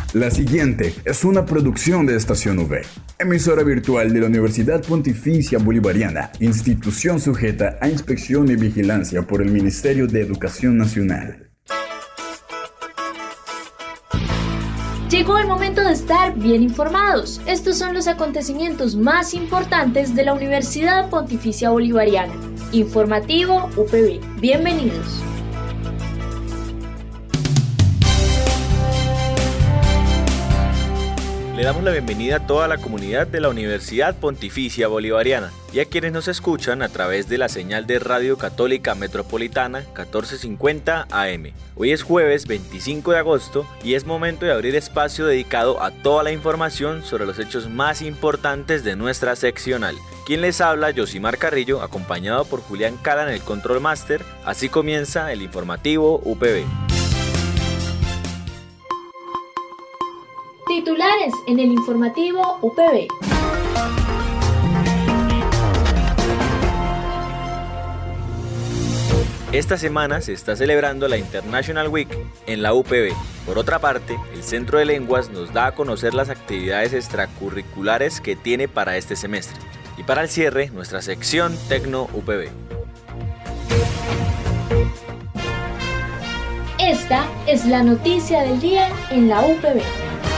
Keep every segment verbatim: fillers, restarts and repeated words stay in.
La siguiente es una producción de Estación V, emisora virtual de la Universidad Pontificia Bolivariana, institución sujeta a inspección y vigilancia por el Ministerio de Educación Nacional. Llegó el momento de estar bien informados. Estos son los acontecimientos más importantes de la Universidad Pontificia Bolivariana. Informativo U P B. Bienvenidos. Le damos la bienvenida a toda la comunidad de la Universidad Pontificia Bolivariana y a quienes nos escuchan a través de la señal de Radio Católica Metropolitana catorce cincuenta A M. Hoy es jueves veinticinco de agosto y es momento de abrir espacio dedicado a toda la información sobre los hechos más importantes de nuestra seccional. Quien les habla, Yosimar Carrillo, acompañado por Julián Cala en el Control Master. Así comienza el informativo U P B. Titulares en el informativo U P B. Esta semana se está celebrando la International Week en la U P B. Por otra parte, el Centro de Lenguas nos da a conocer las actividades extracurriculares que tiene para este semestre. Y para el cierre, nuestra sección Tecno U P B. Esta es la noticia del día en la U P B.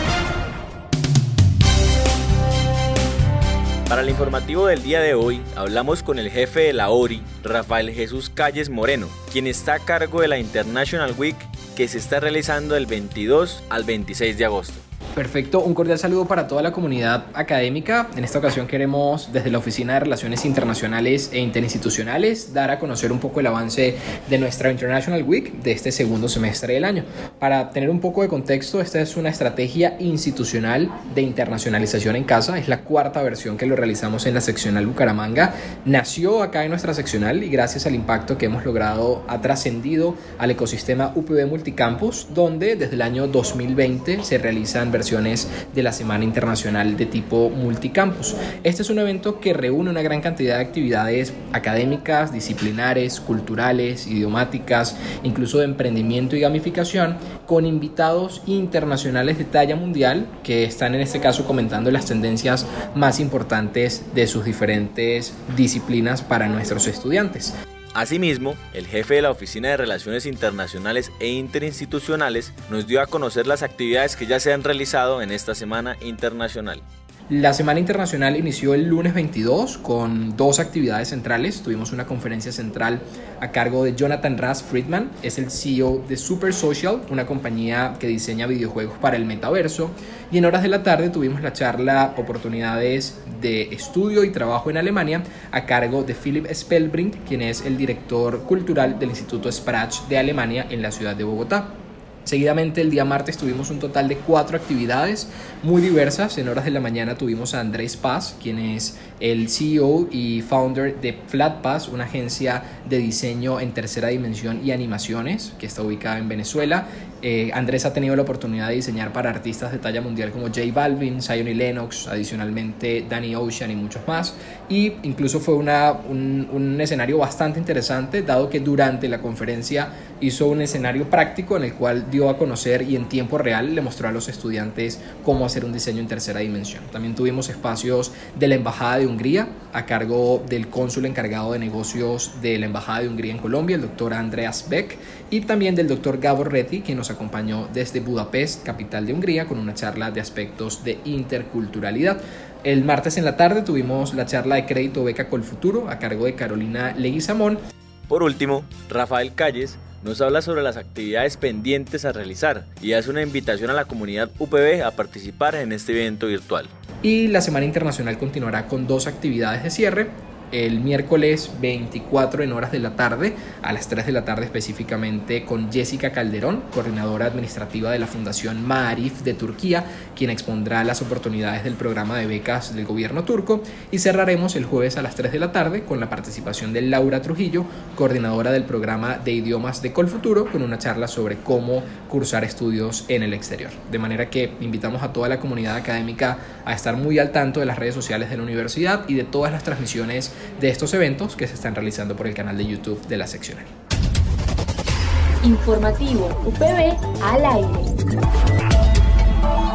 Para el informativo del día de hoy, hablamos con el jefe de la O R I, Rafael Jesús Calles Moreno, quien está a cargo de la International Week que se está realizando del veintidós al veintiséis de agosto. Perfecto, un cordial saludo para toda la comunidad académica. En esta ocasión queremos, desde la Oficina de Relaciones Internacionales e Interinstitucionales, dar a conocer un poco el avance de nuestra International Week de este segundo semestre del año. Para tener un poco de contexto, esta es una estrategia institucional de internacionalización en casa. Es la cuarta versión que lo realizamos en la seccional Bucaramanga. Nació acá en nuestra seccional y gracias al impacto que hemos logrado ha trascendido al ecosistema U P B Multicampus, donde desde el año dos mil veinte se realizan versiones de la Semana Internacional de tipo Multicampus. Este es un evento que reúne una gran cantidad de actividades académicas, disciplinares, culturales, idiomáticas, incluso de emprendimiento y gamificación, con invitados internacionales de talla mundial que están en este caso comentando las tendencias más importantes de sus diferentes disciplinas para nuestros estudiantes. Asimismo, el jefe de la Oficina de Relaciones Internacionales e Interinstitucionales nos dio a conocer las actividades que ya se han realizado en esta Semana Internacional. La Semana Internacional inició el lunes veintidós con dos actividades centrales. Tuvimos una conferencia central a cargo de Jonathan Ras Friedman, es el C E O de Super Social, una compañía que diseña videojuegos para el metaverso. Y en horas de la tarde tuvimos la charla Oportunidades de Estudio y Trabajo en Alemania a cargo de Philipp Spellbrink, quien es el director cultural del Instituto Sprach de Alemania en la ciudad de Bogotá. Seguidamente, el día martes tuvimos un total de cuatro actividades muy diversas. En horas de la mañana tuvimos a Andrés Paz, quien es el C E O y founder de FlatPass, una agencia de diseño en tercera dimensión y animaciones que está ubicada en Venezuela. Eh, Andrés ha tenido la oportunidad de diseñar para artistas de talla mundial como J Balvin, Zion y Lennox, adicionalmente Danny Ocean y muchos más. Y incluso fue una, un, un escenario bastante interesante, dado que durante la conferencia hizo un escenario práctico en el cual dio a conocer y en tiempo real le mostró a los estudiantes cómo hacer un diseño en tercera dimensión. También tuvimos espacios de la Embajada de Hungría a cargo del cónsul encargado de negocios de la Embajada de Hungría en Colombia, el doctor Andreas Beck, y también del doctor Gabor Reti, quien nos acompañó desde Budapest, capital de Hungría, con una charla de aspectos de interculturalidad. El martes en la tarde tuvimos la charla de crédito beca Colfuturo a cargo de Carolina Leguizamón. Por último, Rafael Calles nos habla sobre las actividades pendientes a realizar y hace una invitación a la comunidad U P B a participar en este evento virtual. Y la Semana Internacional continuará con dos actividades de cierre. El miércoles veinticuatro en horas de la tarde, a las tres de la tarde específicamente, con Jessica Calderón, coordinadora administrativa de la Fundación Maarif de Turquía, quien expondrá las oportunidades del programa de becas del gobierno turco. Y cerraremos el jueves a las tres de la tarde con la participación de Laura Trujillo, coordinadora del programa de idiomas de Colfuturo, con una charla sobre cómo cursar estudios en el exterior. De manera que invitamos a toda la comunidad académica a estar muy al tanto de las redes sociales de la universidad y de todas las transmisiones de estos eventos que se están realizando por el canal de YouTube de la seccional. Informativo U P B al aire.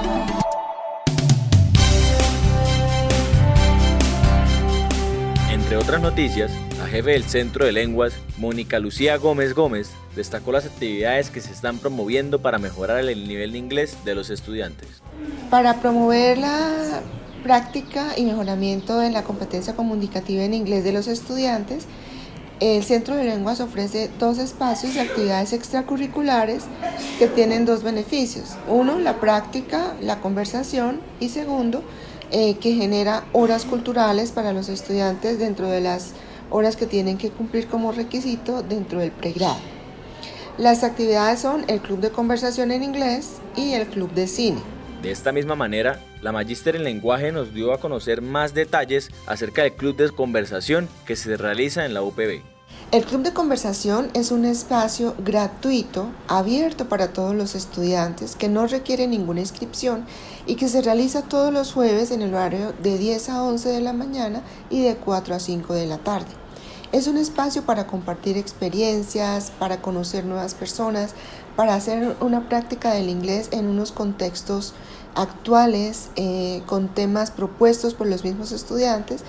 otras noticias, la jefe del Centro de Lenguas, Mónica Lucía Gómez Gómez, destacó las actividades que se están promoviendo para mejorar el nivel de inglés de los estudiantes. Para promover la práctica y mejoramiento de la competencia comunicativa en inglés de los estudiantes, el Centro de Lenguas ofrece dos espacios de actividades extracurriculares que tienen dos beneficios. Uno, la práctica, la conversación, y segundo, eh, que genera horas culturales para los estudiantes dentro de las horas que tienen que cumplir como requisito dentro del pregrado. Las actividades son el Club de Conversación en Inglés y el Club de Cine. De esta misma manera, la Magíster en Lenguaje nos dio a conocer más detalles acerca del Club de Conversación que se realiza en la U P B. El Club de Conversación es un espacio gratuito, abierto para todos los estudiantes, que no requiere ninguna inscripción y que se realiza todos los jueves en el horario de diez a once de la mañana y de cuatro a cinco de la tarde. Es un espacio para compartir experiencias, para conocer nuevas personas, para hacer una práctica del inglés en unos contextos actuales, eh, con temas propuestos por los mismos estudiantes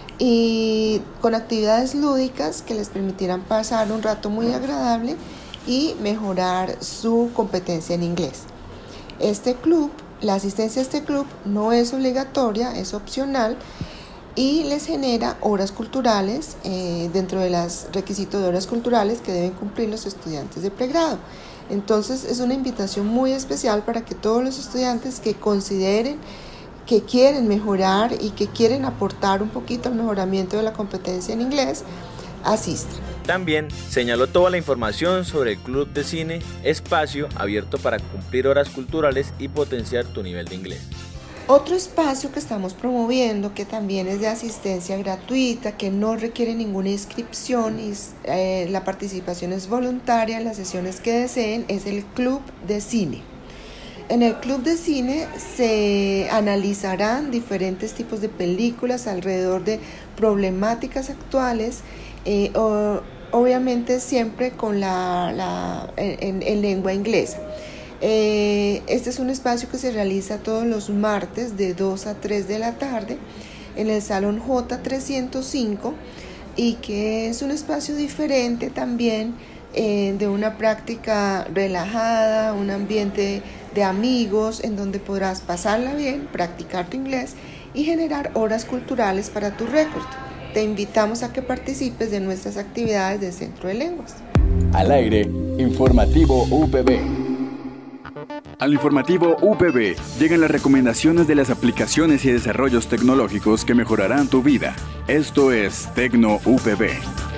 y con actividades lúdicas que les permitirán pasar un rato muy agradable y mejorar su competencia en inglés. Este club, la asistencia a este club no es obligatoria, es opcional y les genera horas culturales eh, dentro de los requisitos de horas culturales que deben cumplir los estudiantes de pregrado. Entonces es una invitación muy especial para que todos los estudiantes que consideren que quieren mejorar y que quieren aportar un poquito al mejoramiento de la competencia en inglés, asistan. También señaló toda la información sobre el Club de Cine, espacio abierto para cumplir horas culturales y potenciar tu nivel de inglés. Otro espacio que estamos promoviendo, que también es de asistencia gratuita, que no requiere ninguna inscripción y eh, la participación es voluntaria en las sesiones que deseen, es el Club de Cine. En el Club de Cine se analizarán diferentes tipos de películas alrededor de problemáticas actuales, eh, o, obviamente siempre con la, la en, en lengua inglesa. Eh, este es un espacio que se realiza todos los martes de dos a tres de la tarde en el Salón J trescientos cinco y que es un espacio diferente también, eh, de una práctica relajada, un ambiente de amigos en donde podrás pasarla bien, practicar tu inglés y generar horas culturales para tu récord. Te invitamos a que participes de nuestras actividades del Centro de Lenguas. Al aire, informativo U P B. Al informativo U P B llegan las recomendaciones de las aplicaciones y desarrollos tecnológicos que mejorarán tu vida. Esto es Tecno U P B.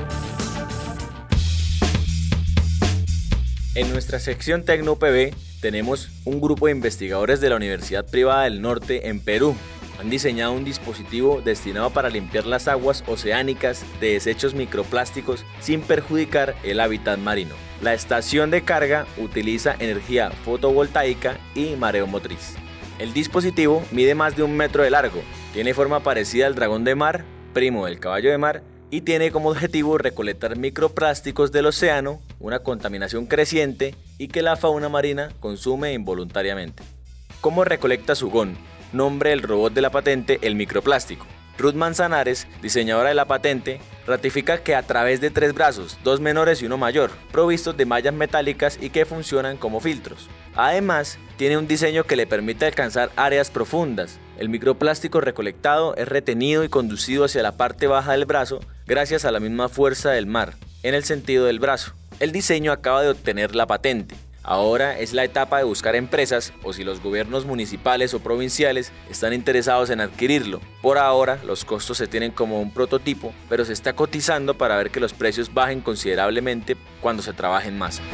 En nuestra sección Tecno U P B tenemos un grupo de investigadores de la Universidad Privada del Norte en Perú. Han diseñado un dispositivo destinado para limpiar las aguas oceánicas de desechos microplásticos sin perjudicar el hábitat marino. La estación de carga utiliza energía fotovoltaica y mareo motriz. El dispositivo mide más de un metro de largo, tiene forma parecida al dragón de mar, primo del caballo de mar, y tiene como objetivo recolectar microplásticos del océano, una contaminación creciente y que la fauna marina consume involuntariamente. ¿Cómo recolecta Sugón? Nombre del robot de la patente, el microplástico. Ruth Manzanares, diseñadora de la patente, ratifica que a través de tres brazos, dos menores y uno mayor, provistos de mallas metálicas y que funcionan como filtros. Además, tiene un diseño que le permite alcanzar áreas profundas. El microplástico recolectado es retenido y conducido hacia la parte baja del brazo gracias a la misma fuerza del mar, en el sentido del brazo. El diseño acaba de obtener la patente. Ahora es la etapa de buscar empresas o si los gobiernos municipales o provinciales están interesados en adquirirlo. Por ahora los costos se tienen como un prototipo, pero se está cotizando para ver que los precios bajen considerablemente cuando se trabaje en masa.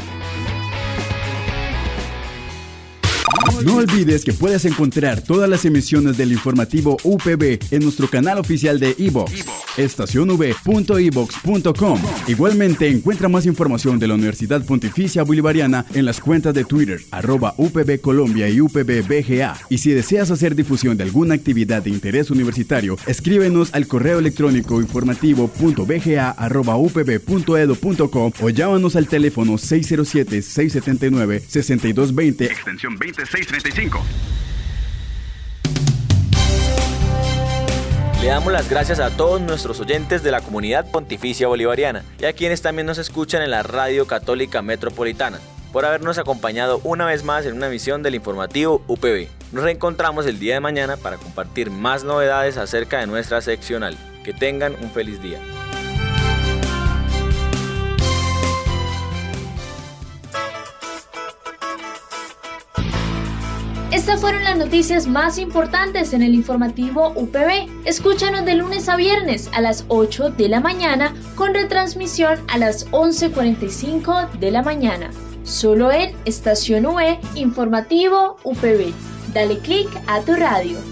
No olvides que puedes encontrar todas las emisiones del informativo U P B en nuestro canal oficial de iVoox, estación u v punto ivox punto com. Igualmente encuentra más información de la Universidad Pontificia Bolivariana en las cuentas de Twitter, arroba U P B Colombia y U P B B G A. Y si deseas hacer difusión de alguna actividad de interés universitario, escríbenos al correo electrónico informativo punto b g a arroba u p b punto edu punto com o llámanos al teléfono seis cero siete, seis siete nueve, seis dos dos cero, extensión veinte, seiscientos treinta y cinco. Le damos las gracias a todos nuestros oyentes de la comunidad pontificia bolivariana y a quienes también nos escuchan en la Radio Católica Metropolitana, por habernos acompañado una vez más en una emisión del informativo U P B. Nos reencontramos el día de mañana para compartir más novedades acerca de nuestra seccional. Que tengan un feliz día. Estas fueron las noticias más importantes en el informativo U P B. Escúchanos de lunes a viernes a las ocho de la mañana con retransmisión a las once cuarenta y cinco de la mañana. Solo en Estación U E Informativo U P B. Dale clic a tu radio.